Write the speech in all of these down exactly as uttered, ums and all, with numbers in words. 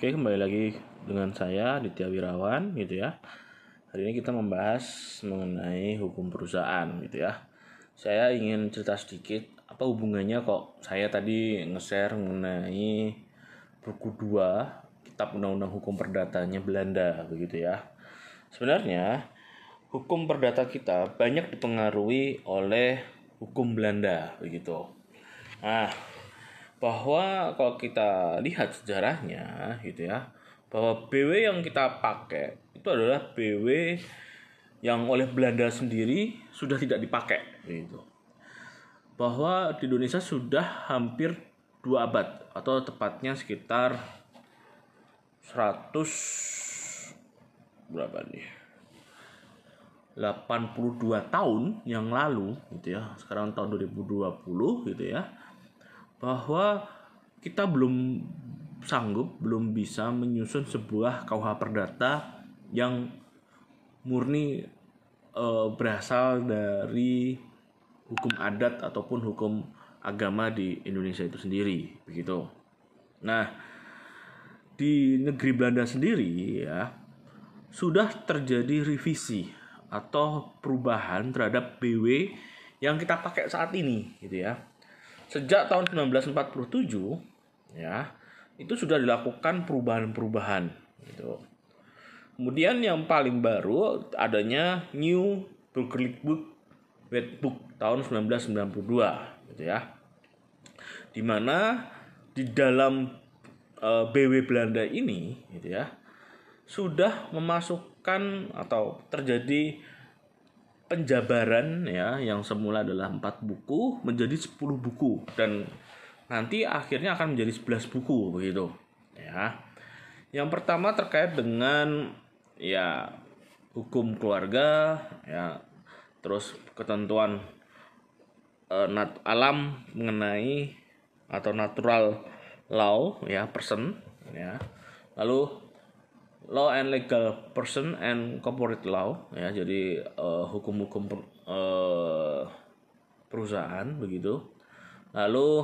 Oke, kembali lagi dengan saya Ditya Wirawan gitu ya. Hari ini kita membahas mengenai hukum perusahaan gitu ya. Saya ingin cerita sedikit apa hubungannya kok saya tadi nge-share mengenai buku dua Kitab Undang-Undang Hukum Perdatanya Belanda begitu ya. Sebenarnya hukum perdata kita banyak dipengaruhi oleh hukum Belanda begitu. Nah, bahwa kalau kita lihat sejarahnya gitu ya, bahwa B W yang kita pakai itu adalah B W yang oleh Belanda sendiri sudah tidak dipakai gitu. Bahwa di Indonesia sudah hampir dua abad atau tepatnya sekitar seratus berapa nih? delapan puluh dua tahun yang lalu gitu ya. Sekarang tahun dua ribu dua puluh gitu ya. Bahwa kita belum sanggup, belum bisa menyusun sebuah K U H Perdata yang murni e, berasal dari hukum adat ataupun hukum agama di Indonesia itu sendiri, begitu. Nah, di negeri Belanda sendiri ya sudah terjadi revisi atau perubahan terhadap B W yang kita pakai saat ini, gitu ya. Sejak tahun sembilan belas empat puluh tujuh ya, itu sudah dilakukan perubahan-perubahan gitu. Kemudian yang paling baru adanya New Burgerlijk Book Wetboek tahun sembilan belas sembilan puluh dua gitu ya. Di mana di dalam uh, B W Belanda ini gitu ya, sudah memasukkan atau terjadi penjabaran ya, yang semula adalah empat buku menjadi sepuluh buku dan nanti akhirnya akan menjadi sebelas buku begitu ya. Yang pertama terkait dengan ya hukum keluarga ya, terus ketentuan eh, nat alam mengenai atau natural law ya, person ya. Lalu law and legal person and corporate law ya, jadi uh, hukum-hukum per, uh, perusahaan begitu. Lalu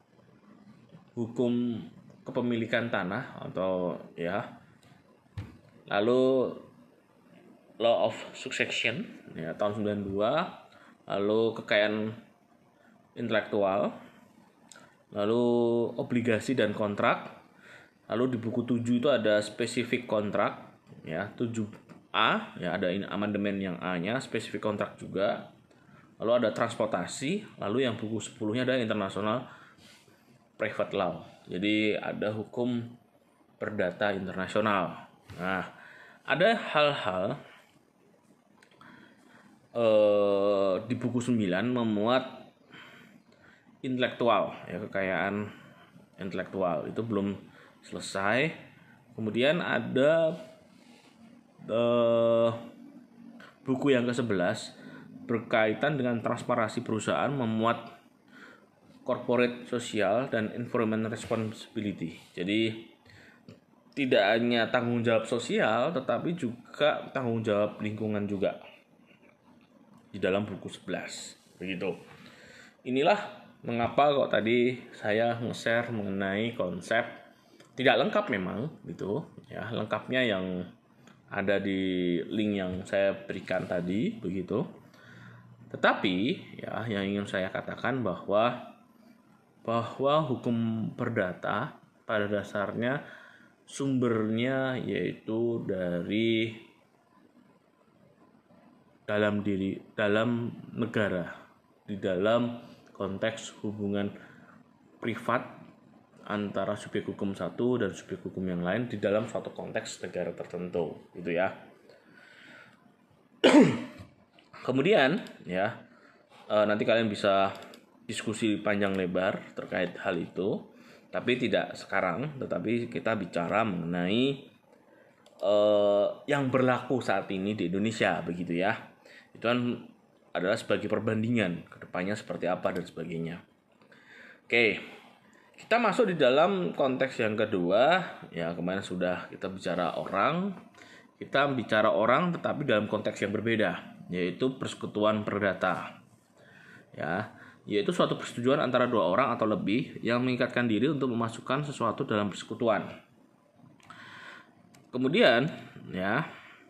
hukum kepemilikan tanah atau ya. Lalu law of succession ya tahun sembilan puluh dua. Lalu kekayaan intelektual. Lalu obligasi dan kontrak. Lalu di buku tujuh itu ada spesifik kontrak ya, tujuh A ya, ada ini amandemen yang A-nya, spesifik kontrak juga. Lalu ada transportasi, lalu yang buku sepuluh-nya ada international private law. Jadi ada hukum perdata internasional. Nah, ada hal-hal eh, di buku sembilan memuat intelektual ya, kekayaan intelektual itu belum selesai. Kemudian ada uh, buku yang ke sebelas berkaitan dengan transparansi perusahaan, memuat corporate social dan environment responsibility. Jadi tidak hanya tanggung jawab sosial tetapi juga tanggung jawab lingkungan juga di dalam buku sebelas begitu. Inilah mengapa kok tadi saya nge-share mengenai konsep tidak lengkap memang gitu ya, lengkapnya yang ada di link yang saya berikan tadi begitu. Tetapi ya yang ingin saya katakan bahwa bahwa hukum perdata pada dasarnya sumbernya yaitu dari dalam diri dalam negara, di dalam konteks hubungan privat antara subjek hukum satu dan subjek hukum yang lain di dalam suatu konteks negara tertentu gitu ya. Kemudian ya e, nanti kalian bisa diskusi panjang lebar terkait hal itu, tapi tidak sekarang, tetapi kita bicara mengenai e, yang berlaku saat ini di Indonesia begitu ya. Itu kan adalah sebagai perbandingan kedepannya seperti apa dan sebagainya. Oke, kita masuk di dalam konteks yang kedua ya. Kemarin sudah kita bicara orang, kita bicara orang tetapi dalam konteks yang berbeda, yaitu persekutuan perdata ya, yaitu suatu persetujuan antara dua orang atau lebih yang mengikatkan diri untuk memasukkan sesuatu dalam persekutuan. Kemudian ya,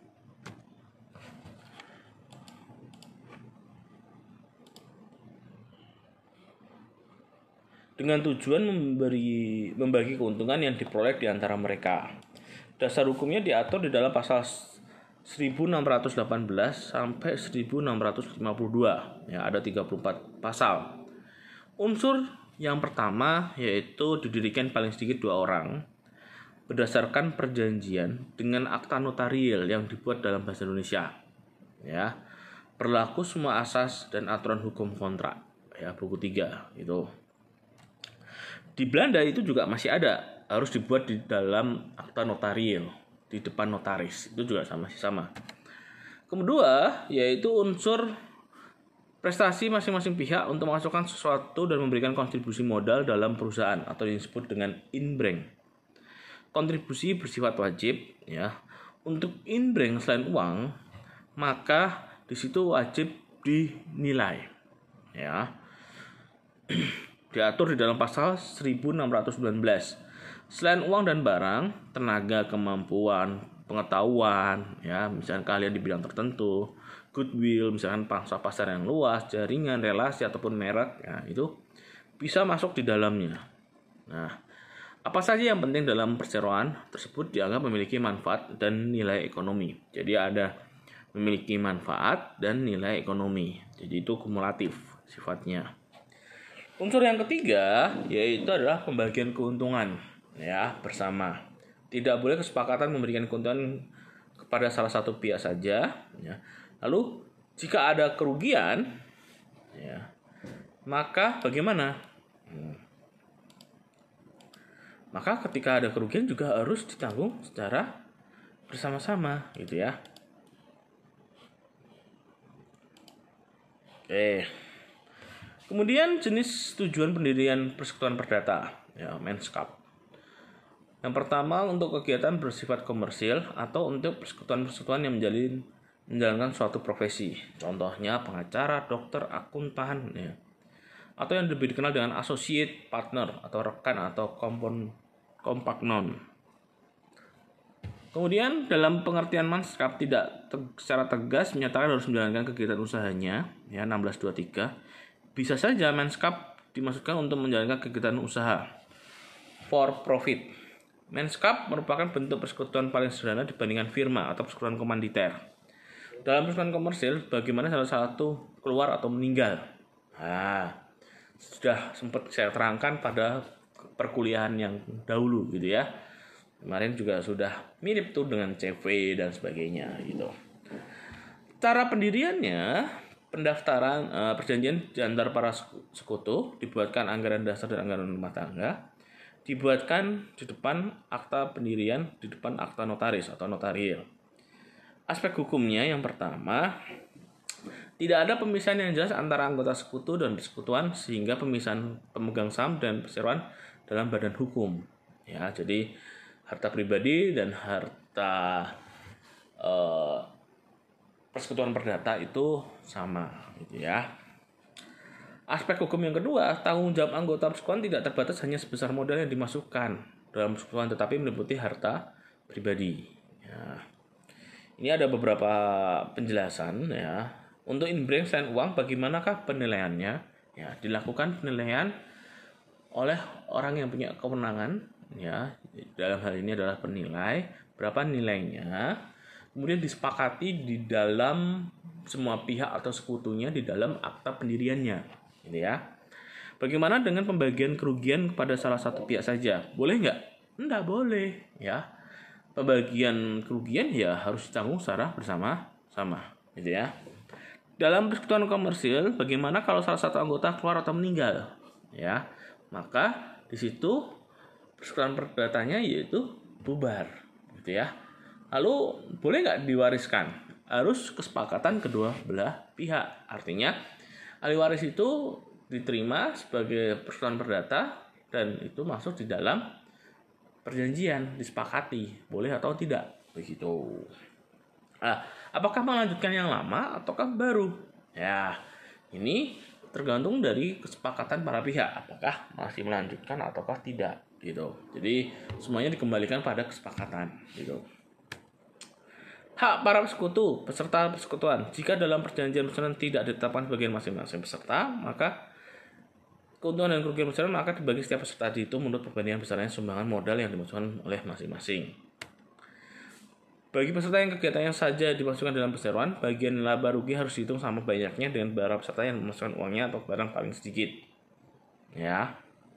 dengan tujuan memberi membagi keuntungan yang diperoleh di antara mereka. Dasar hukumnya diatur di dalam pasal seribu enam ratus delapan belas sampai seribu enam ratus lima puluh dua. Ya, ada tiga puluh empat pasal. Unsur yang pertama yaitu didirikan paling sedikit dua orang berdasarkan perjanjian dengan akta notarial yang dibuat dalam bahasa Indonesia. Ya. Berlaku semua asas dan aturan hukum kontrak. Ya, buku tiga itu. Di Belanda itu juga masih ada, harus dibuat di dalam akta notarial, di depan notaris. Itu juga sama sama. Kedua, yaitu unsur prestasi masing-masing pihak untuk memasukkan sesuatu dan memberikan kontribusi modal dalam perusahaan atau yang disebut dengan inbreng. Kontribusi bersifat wajib, ya. Untuk inbreng selain uang, maka di situ wajib dinilai, ya. Diatur di dalam pasal seribu enam ratus sembilan belas. Selain uang dan barang, tenaga, kemampuan, pengetahuan, ya, misalnya kalian di bidang tertentu, goodwill, misalkan pangsa pasar yang luas, jaringan, relasi ataupun merek, ya, itu bisa masuk di dalamnya. Nah, apa saja yang penting dalam perseroan tersebut dianggap memiliki manfaat dan nilai ekonomi. Jadi ada memiliki manfaat dan nilai ekonomi. Jadi itu kumulatif sifatnya. Unsur yang ketiga yaitu adalah pembagian keuntungan, ya, bersama. Tidak boleh kesepakatan memberikan keuntungan kepada salah satu pihak saja, ya. Lalu jika ada kerugian, ya, maka bagaimana? Hmm. Maka ketika ada kerugian juga harus ditanggung secara bersama-sama, gitu ya. Oke. Kemudian jenis tujuan pendirian persekutuan perdata, ya, Menskap. Yang pertama untuk kegiatan bersifat komersil atau untuk persekutuan-persekutuan yang menjalin menjalankan suatu profesi. Contohnya pengacara, dokter, akuntan, ya. Atau yang lebih dikenal dengan associate, partner, atau rekan atau kompon kompagnon. Kemudian dalam pengertian Menskap tidak te- secara tegas menyatakan harus menjalankan kegiatan usahanya, ya, enam belas dua puluh tiga. Bisa saja Menskap dimaksudkan untuk menjalankan kegiatan usaha for profit. Menskap merupakan bentuk persekutuan paling sederhana dibandingkan firma atau persekutuan komanditer. Dalam persekutuan komersil, bagaimana salah satu keluar atau meninggal? Nah, sudah sempat saya terangkan pada perkuliahan yang dahulu, gitu ya. Kemarin juga sudah mirip tuh dengan C V dan sebagainya, gitu. Cara pendiriannya, pendaftaran eh, perjanjian di antara para sekutu, dibuatkan anggaran dasar dan anggaran rumah tangga, dibuatkan di depan akta pendirian, di depan akta notaris atau notarial. Aspek hukumnya yang pertama, tidak ada pemisahan yang jelas antara anggota sekutu dan persekutuan sehingga pemisahan pemegang saham dan perseroan dalam badan hukum. Ya, jadi harta pribadi dan harta eh, persekutuan perdata itu sama, gitu ya. Aspek hukum yang kedua, tanggung jawab anggota persekutuan tidak terbatas hanya sebesar modal yang dimasukkan dalam persekutuan, tetapi meliputi harta pribadi. Ya. Ini ada beberapa penjelasan, ya. Untuk inbreng selain uang, bagaimanakah penilaiannya? Ya, dilakukan penilaian oleh orang yang punya kewenangan, ya. Dalam hal ini adalah penilai, berapa nilainya. Kemudian disepakati di dalam semua pihak atau sekutunya di dalam akta pendiriannya, gitu ya. Bagaimana dengan pembagian kerugian kepada salah satu pihak saja? Boleh nggak? Nggak boleh, ya. Pembagian kerugian ya harus ditanggung secara bersama-sama, gitu ya. Dalam persekutuan komersil, bagaimana kalau salah satu anggota keluar atau meninggal? Ya, maka di situ persekutuan perdatanya yaitu bubar, gitu ya. Lalu boleh nggak diwariskan? Harus kesepakatan kedua belah pihak. Artinya ahli waris itu diterima sebagai persekutuan perdata dan itu masuk di dalam perjanjian, disepakati boleh atau tidak, begitu. Nah, apakah melanjutkan yang lama ataukah baru? Ya, ini tergantung dari kesepakatan para pihak, apakah masih melanjutkan ataukah tidak, gitu. Jadi semuanya dikembalikan pada kesepakatan, gitu. Hak para sekutu, peserta persekutuan. Jika dalam perjanjian persekutuan tidak ditetapkan bagian masing-masing peserta, maka keuntungan dan kerugian persekutuan maka dibagi setiap peserta itu menurut perbandingan besarnya sumbangan modal yang dimasukkan oleh masing-masing. Bagi peserta yang kegiatannya saja dimasukkan dalam perseroan, bagian laba rugi harus dihitung sama banyaknya dengan para peserta yang memasukkan uangnya atau barang paling sedikit. Ya.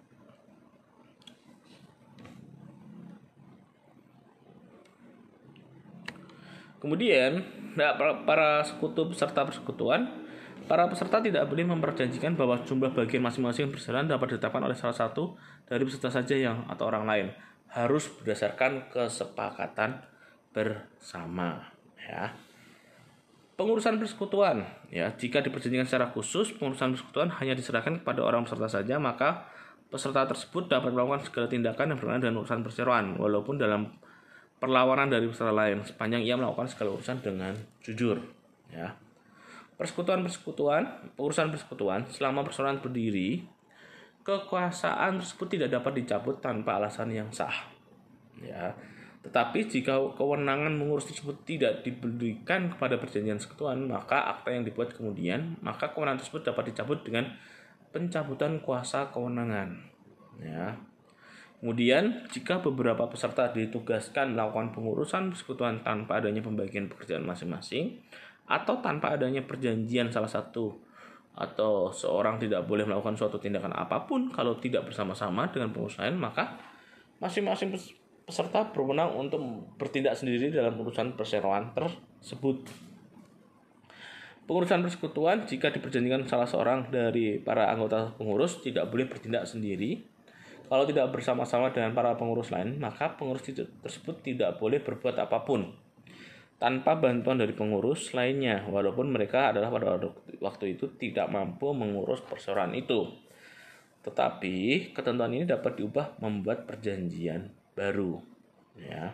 Kemudian, para sekutu peserta persekutuan, para peserta tidak boleh memperjanjikan bahwa jumlah bagian masing-masing perseroan dapat ditetapkan oleh salah satu dari peserta saja yang atau orang lain. Harus berdasarkan kesepakatan bersama, ya. Pengurusan persekutuan, ya, jika diperjanjikan secara khusus, pengurusan persekutuan hanya diserahkan kepada orang peserta saja, maka peserta tersebut dapat melakukan segala tindakan yang berkenaan dengan urusan perseroan, walaupun dalam perlawanan dari peserta lain, sepanjang ia melakukan segala urusan dengan jujur, ya. Persekutuan-persekutuan, pengurusan persekutuan selama perseroan berdiri, kekuasaan tersebut tidak dapat dicabut tanpa alasan yang sah, ya. Tetapi jika kewenangan mengurus tersebut tidak diberikan kepada perjanjian persekutuan, maka akta yang dibuat kemudian, maka kewenangan tersebut dapat dicabut dengan pencabutan kuasa kewenangan. Ya. Kemudian, jika beberapa peserta ditugaskan melakukan pengurusan persekutuan tanpa adanya pembagian pekerjaan masing-masing, atau tanpa adanya perjanjian salah satu atau seorang tidak boleh melakukan suatu tindakan apapun kalau tidak bersama-sama dengan pengurus lain, maka masing-masing peserta berwenang untuk bertindak sendiri dalam urusan perseroan tersebut. Pengurusan persekutuan jika diperjanjikan salah seorang dari para anggota pengurus tidak boleh bertindak sendiri. Kalau tidak bersama-sama dengan para pengurus lain, maka pengurus tersebut tidak boleh berbuat apapun tanpa bantuan dari pengurus lainnya, walaupun mereka adalah pada waktu itu tidak mampu mengurus perseroan itu. Tetapi ketentuan ini dapat diubah membuat perjanjian baru, ya.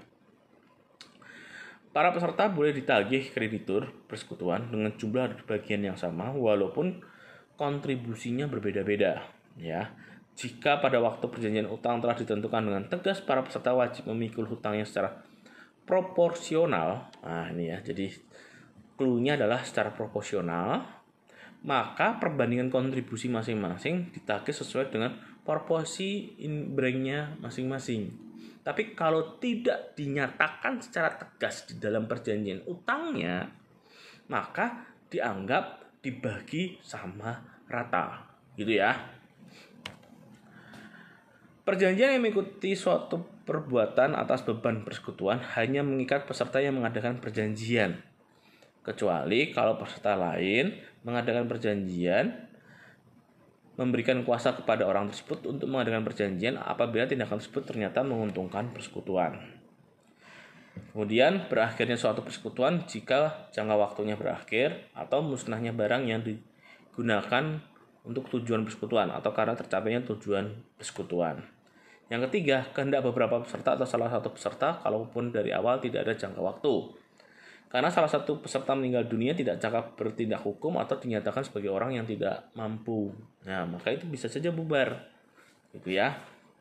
Para peserta boleh ditagih kreditur persekutuan dengan jumlah bagian yang sama walaupun kontribusinya berbeda-beda, ya. Jika pada waktu perjanjian utang telah ditentukan dengan tegas, para peserta wajib memikul hutangnya secara proporsional. Nah, ini ya. Jadi clue-nya adalah secara proporsional, maka perbandingan kontribusi masing-masing ditagih sesuai dengan proporsi in-banknya masing-masing. Tapi kalau tidak dinyatakan secara tegas di dalam perjanjian utangnya, maka dianggap dibagi sama rata, gitu ya. Perjanjian yang mengikuti suatu perbuatan atas beban persekutuan hanya mengikat peserta yang mengadakan perjanjian, kecuali kalau peserta lain mengadakan perjanjian memberikan kuasa kepada orang tersebut untuk mengadakan perjanjian apabila tindakan tersebut ternyata menguntungkan persekutuan. Kemudian berakhirnya suatu persekutuan jika jangka waktunya berakhir atau musnahnya barang yang digunakan untuk tujuan persekutuan atau karena tercapainya tujuan persekutuan. Yang ketiga, kehendak beberapa peserta atau salah satu peserta kalaupun dari awal tidak ada jangka waktu. Karena salah satu peserta meninggal dunia tidak cakap bertindak hukum atau dinyatakan sebagai orang yang tidak mampu. Nah, maka itu bisa saja bubar. Gitu ya.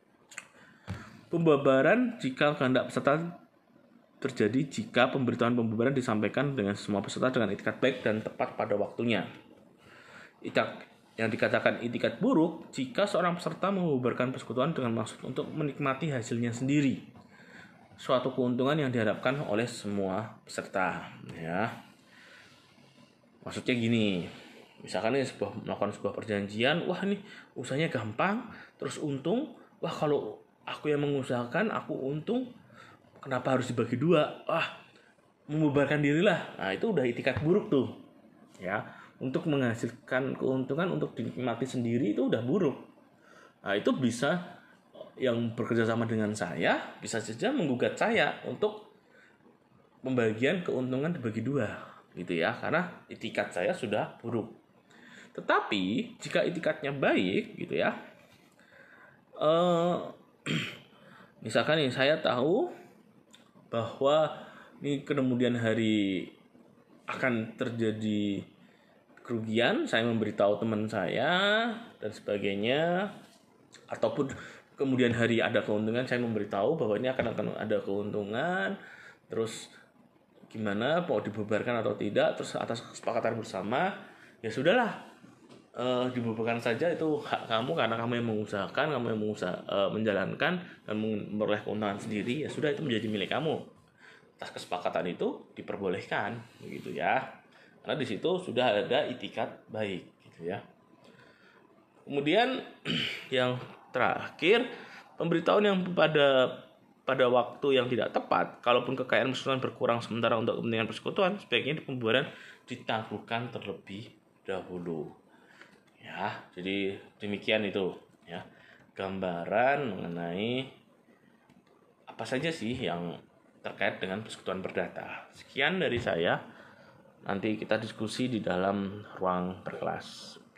Pembubaran jika kehendak peserta terjadi jika pemberitahuan pembubaran disampaikan dengan semua peserta dengan itikat baik dan tepat pada waktunya. Itikat yang dikatakan itikat buruk jika seorang peserta membubarkan persekutuan dengan maksud untuk menikmati hasilnya sendiri. Suatu keuntungan yang diharapkan oleh semua peserta, ya. Maksudnya gini, misalkan ini sebuah melakukan sebuah perjanjian, wah ini usahanya gampang, terus untung, wah kalau aku yang mengusahakan aku untung, kenapa harus dibagi dua? Wah, membubarkan dirilah. Nah, itu udah itikat buruk tuh, ya. Untuk menghasilkan keuntungan untuk dinikmati sendiri itu udah buruk. Nah, itu bisa yang bekerja sama dengan saya bisa saja menggugat saya untuk pembagian keuntungan dibagi dua, gitu ya, karena itikat saya sudah buruk. Tetapi jika itikatnya baik, gitu ya, eh, misalkan nih saya tahu bahwa ini kemudian hari akan terjadi kerugian, saya memberitahu teman saya dan sebagainya, ataupun kemudian hari ada keuntungan, saya memberitahu bahwa ini akan akan ada keuntungan, terus gimana mau dibubarkan atau tidak, terus atas kesepakatan bersama ya sudahlah, uh, dibubarkan saja, itu hak kamu karena kamu yang mengusahakan, kamu yang mengusaha, uh, menjalankan dan memperoleh keuntungan sendiri, ya sudah itu menjadi milik kamu. Atas kesepakatan itu diperbolehkan begitu ya, karena di situ sudah ada itikat baik gitu ya. Kemudian yang terakhir, pemberitahuan yang pada pada waktu yang tidak tepat, kalaupun kekayaan persekutuan berkurang sementara untuk kepentingan persekutuan, sebaiknya pembubaran ditangguhkan terlebih dahulu. Ya, jadi demikian itu ya, gambaran mengenai apa saja sih yang terkait dengan persekutuan perdata. Sekian dari saya. Nanti kita diskusi di dalam ruang berkelas.